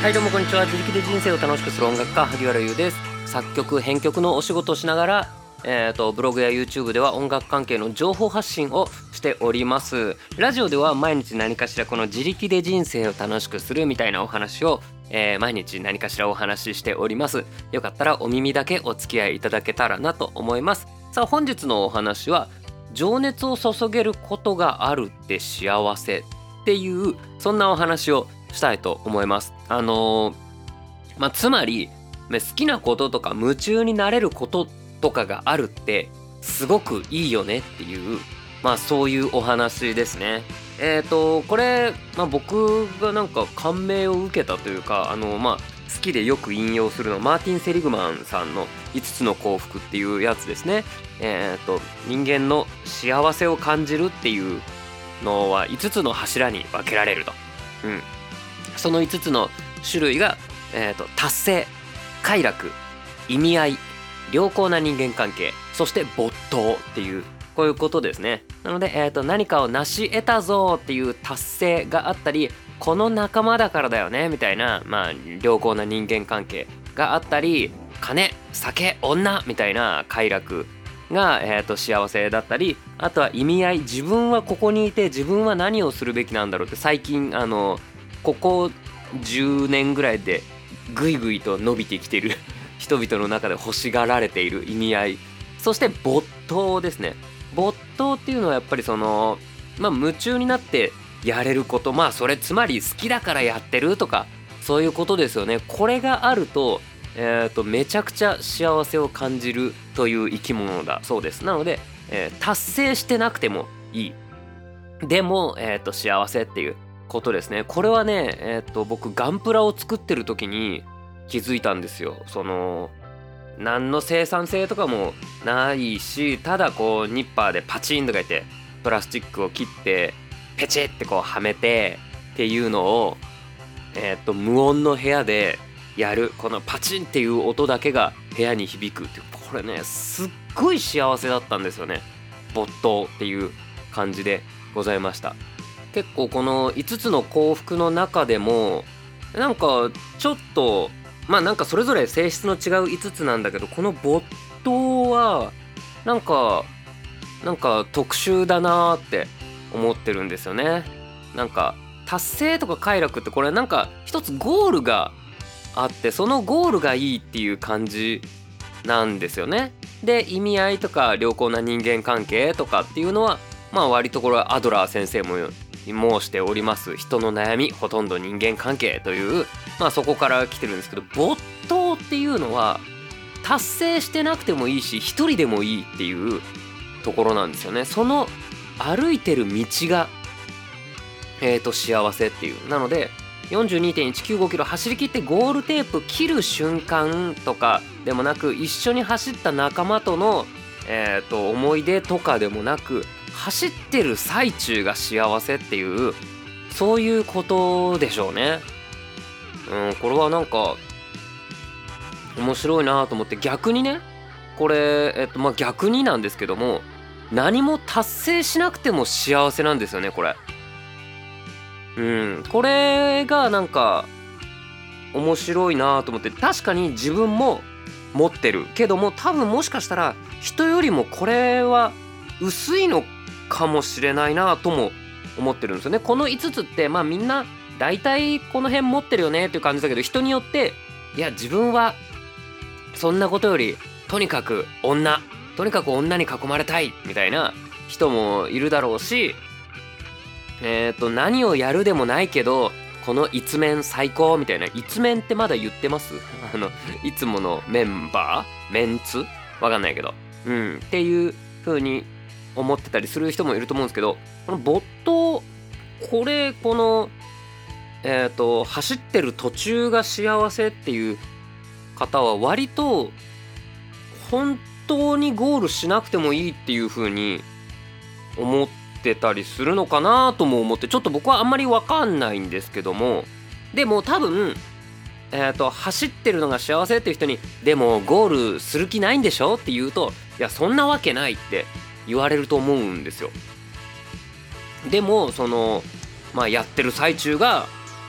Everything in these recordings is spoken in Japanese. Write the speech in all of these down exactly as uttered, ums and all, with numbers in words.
はい、どうもこんにちは。自力で人生を楽しくする音楽家萩原優です。作曲編曲のお仕事をしながら、えーとブログや YouTube では音楽関係の情報発信をしております。ラジオでは毎日何かしらこの自力で人生を楽しくするみたいなお話を、えー毎日何かしらお話ししております。よかったらお耳だけお付き合いいただけたらなと思います。さあ、本日のお話は情熱を注げることがあるって幸せっていう、そんなお話をしたいと思います。あのーまあ、つまり好きなこととか夢中になれることとかがあるってすごくいいよねっていう、まあそういうお話ですね。えっとこれ、まあ、僕がなんか感銘を受けたというか、あのまあ好きでよく引用するのマーティン・セリグマンさんのいつつの幸福っていうやつですね。えっと人間の幸せを感じるっていうのはいつつの柱に分けられると。うん、そのいつつの種類が、えーと、達成、快楽、意味合い、良好な人間関係、そして没頭っていう、こういうことですね。なので、えーと、何かを成し得たぞっていう達成があったり、この仲間だからだよねみたいな、まあ良好な人間関係があったり、金、酒、女みたいな快楽が、えーと幸せだったり、あとは意味合い、自分はここにいて自分は何をするべきなんだろうって、最近あのここじゅうねんぐらいでぐいぐいと伸びてきている人々の中で欲しがられている意味合い、そして没頭ですね。没頭っていうのはやっぱりその、まあ、夢中になってやれること、まあそれつまり好きだからやってるとか、そういうことですよね。これがあるとえー、とめちゃくちゃ幸せを感じるという生き物だそうです。なので、えー達成してなくてもいい、でも、えー、と幸せっていうことですね。これはね、えー、と僕ガンプラを作ってる時に気づいたんですよ。その何の生産性とかもないし、ただこうニッパーでパチンとか言ってプラスチックを切ってペチってこうはめてっていうのを、えー、と無音の部屋でやる、このパチンっていう音だけが部屋に響くっていう、これねすっごい幸せだったんですよね。没頭っていう感じでございました。結構このいつつの幸福の中でもなんかちょっと、まあなんかそれぞれ性質の違ういつつなんだけど、この没頭はなんかなんか特殊だなーって思ってるんですよね。なんか達成とか快楽ってこれなんか一つゴールがあって、そのゴールがいいっていう感じなんですよね。で意味合いとか良好な人間関係とかっていうのは、まあ割とこれはアドラー先生も申しております人の悩みほとんど人間関係という、まあそこから来てるんですけど、没頭っていうのは達成してなくてもいいし一人でもいいっていうところなんですよね。その歩いてる道がえーと幸せっていう。なので よんじゅうにてんいちきゅうごキロ走り切ってゴールテープ切る瞬間とかでもなく、一緒に走った仲間との、えーと思い出とかでもなく、走ってる最中が幸せっていう、そういうことでしょうね。うん、これはなんか面白いなと思って、逆にねこれ、えっとまあ逆になんですけども、何も達成しなくても幸せなんですよねこれ。うん、これがなんか面白いなと思って、確かに自分も持ってるけども、多分もしかしたら人よりもこれは薄いのかもしれないなとも思ってるんですよね。このいつつってまあみんな大体この辺持ってるよねっていう感じだけど、人によっていや自分はそんなことよりとにかく女とにかく女に囲まれたいみたいな人もいるだろうし、えーと何をやるでもないけどこの一面最高みたいな、一面ってまだ言ってますあのいつものメンバーメンツわかんないけど、うんっていう風に思ってたりする人もいると思うんですけど、この没頭、これこのえーと走ってる途中が幸せっていう方は割と本当にゴールしなくてもいいっていう風に思ってたりするのかなとも思って、ちょっと僕はあんまり分かんないんですけども、でも多分えーと走ってるのが幸せっていう人にでもゴールする気ないんでしょって言うと、いやそんなわけないって言われると思うんですよ。でもそのまあやってる最中が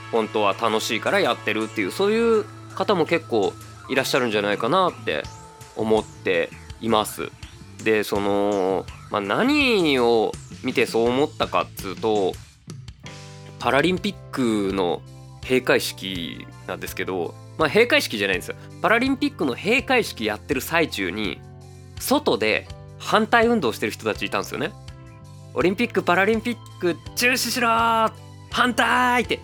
本当は楽しいからやってるっていう、そういう方も結構いらっしゃるんじゃないかなって思っています。でその、まあ、何を見てそう思ったかっつうと、パラリンピックの閉会式なんですけど、まあ閉会式じゃないんですよ。パラリンピックの閉会式やってる最中に外で反対運動してる人たちいたんですよね。オリンピックパラリンピック中止しろー、反対って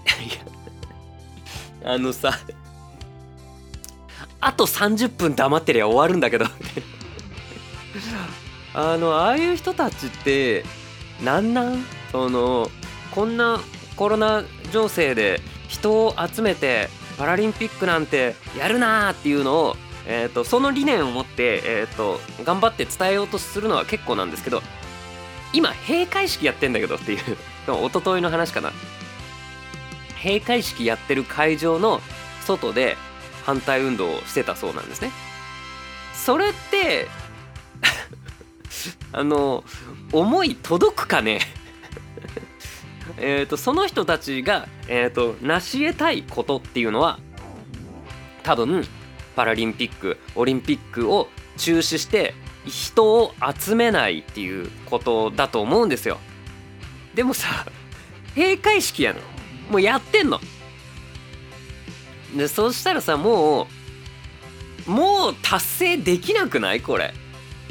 あのさ、あとさんじゅっぷん黙ってりゃ終わるんだけどあのああいう人たちってなんなんそのこんなコロナ情勢で人を集めてパラリンピックなんてやるなーっていうのを、えー、とその理念を持って、えー、と頑張って伝えようとするのは結構なんですけど、今閉会式やってんだけどっていう一昨日の話かな。閉会式やってる会場の外で反対運動をしてたそうなんですね。それってあの思い届くかねえとその人たちが、えー、と成し得たいことっていうのは、多分パラリンピックオリンピックを中止して人を集めないっていうことだと思うんですよ。でもさ、閉会式やのもうやってんので、そうしたらさ、もうもう達成できなくないこれ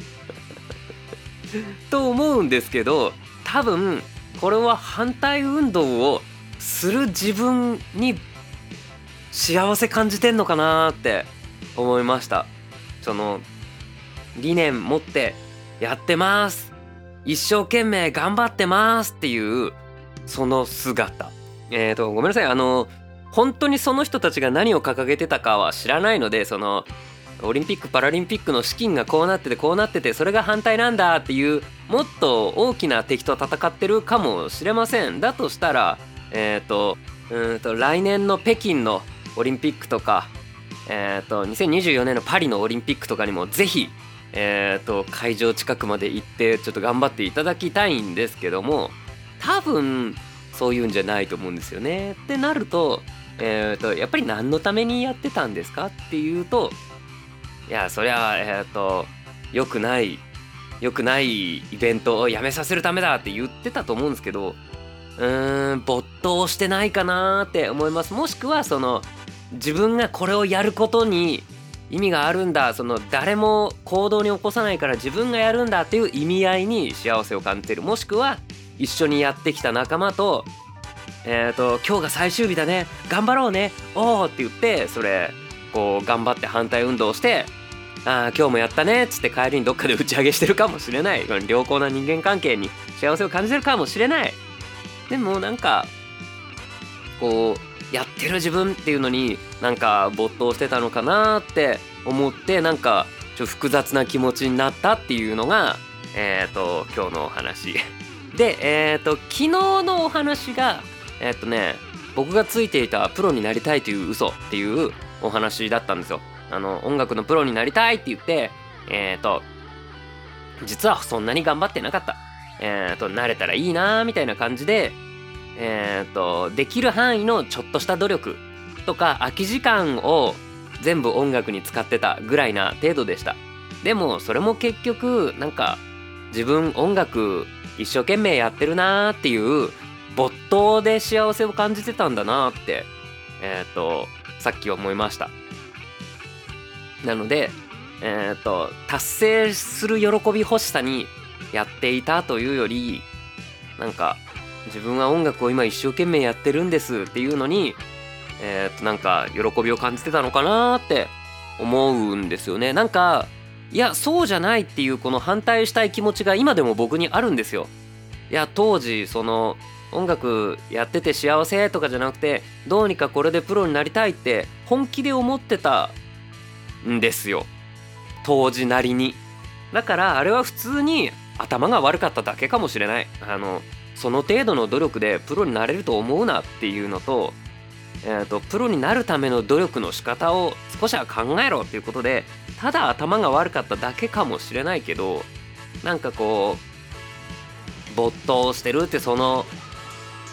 と思うんですけど、多分これは反対運動をする自分に幸せ感じてんのかなって思いました。その理念持ってやってます、一生懸命頑張ってますっていうその姿、えーとごめんなさい、あの本当にその人たちが何を掲げてたかは知らないので、そのオリンピックパラリンピックの資金がこうなっててこうなっててそれが反対なんだっていうもっと大きな敵と戦ってるかもしれません。だとしたらえっ、ー、とうーんと来年の北京のオリンピックとか、えっ、ー、とにせんにじゅうよねんのパリのオリンピックとかにもぜひえっ、ー、と会場近くまで行ってちょっと頑張っていただきたいんですけども、多分そういうんじゃないと思うんですよね。ってなるとえっ、ー、とやっぱり何のためにやってたんですかっていうと、いやそりゃえっ、ー、と良くない良くないイベントをやめさせるためだって言ってたと思うんですけど、うーん没頭してないかなって思います。もしくはその自分がこれをやることに意味があるんだ、その誰も行動に起こさないから自分がやるんだっていう意味合いに幸せを感じてる。もしくは一緒にやってきた仲間とえっ、ー、と今日が最終日だね頑張ろうねおーって言ってそれこう頑張って反対運動してあー今日もやったねっつって帰りにどっかで打ち上げしてるかもしれない。良好な人間関係に幸せを感じてるかもしれない。でもなんかこうやってる自分っていうのになんか没頭してたのかなって思って、なんかちょっと複雑な気持ちになったっていうのがえっ、ー、と今日のお話で、えっ、ー、と昨日のお話がえっ、ー、とね僕がついていたプロになりたいという嘘っていうお話だったんですよ。あの音楽のプロになりたいって言ってえっ、と実はそんなに頑張ってなかった、えっ、と慣れたらいいなみたいな感じでえっ、とできる範囲のちょっとした努力とか空き時間を全部音楽に使ってたぐらいな程度でした。でもそれも結局なんか自分音楽一生懸命やってるなーっていう没頭で幸せを感じてたんだなーってえっ、とさっき思いました。なのでえっ、と達成する喜び欲しさにやっていたというより、なんか自分は音楽を今一生懸命やってるんですっていうのにえっ、となんか喜びを感じてたのかなって思うんですよね。なんかいやそうじゃないっていうこの反対したい気持ちが今でも僕にあるんですよ。いや当時その音楽やってて幸せとかじゃなくてどうにかこれでプロになりたいって本気で思ってたんですよ、当時なりに。だからあれは普通に頭が悪かっただけかもしれない。あのその程度の努力でプロになれると思うなっていうのと、えーとプロになるための努力の仕方を少しは考えろっていうことで、ただ頭が悪かっただけかもしれないけど、なんかこう没頭してるってその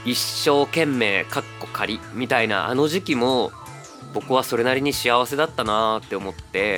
一生懸命かっこ仮みたいなあの時期も僕はそれなりに幸せだったなって思って、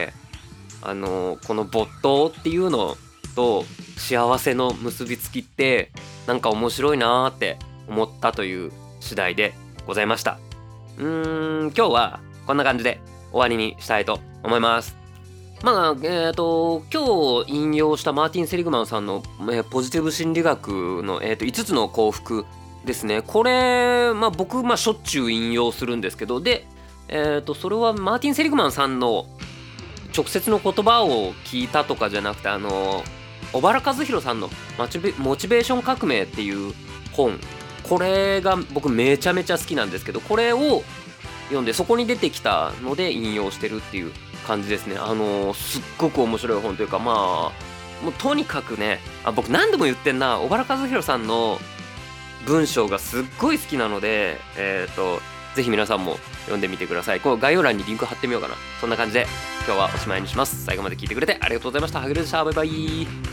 あのこの没頭っていうのと幸せの結びつきってなんか面白いなって思ったという次第でございました。うーん今日はこんな感じで終わりにしたいと思います。まあえーと今日引用したマーティン・セリグマンさんの、えーポジティブ心理学の、えーといつつの幸福ですね。これ、まあ、僕、まあ、しょっちゅう引用するんですけど、で、えーとそれはマーティン・セリグマンさんの直接の言葉を聞いたとかじゃなくて、あの小原和弘さんのモチベ「モチベーション革命」っていう本、これが僕めちゃめちゃ好きなんですけど、これを読んでそこに出てきたので引用してるっていう感じですね。あのーすっごく面白い本というか、まあもうとにかくね、あ僕何度も言ってんな、小原和弘さんの文章がすっごい好きなので、えっとぜひ皆さんも読んでみてください。この概要欄にリンク貼ってみようかな。そんな感じで今日はおしまいにします。最後まで聞いてくれてありがとうございました。はぐれでした。バイバイ。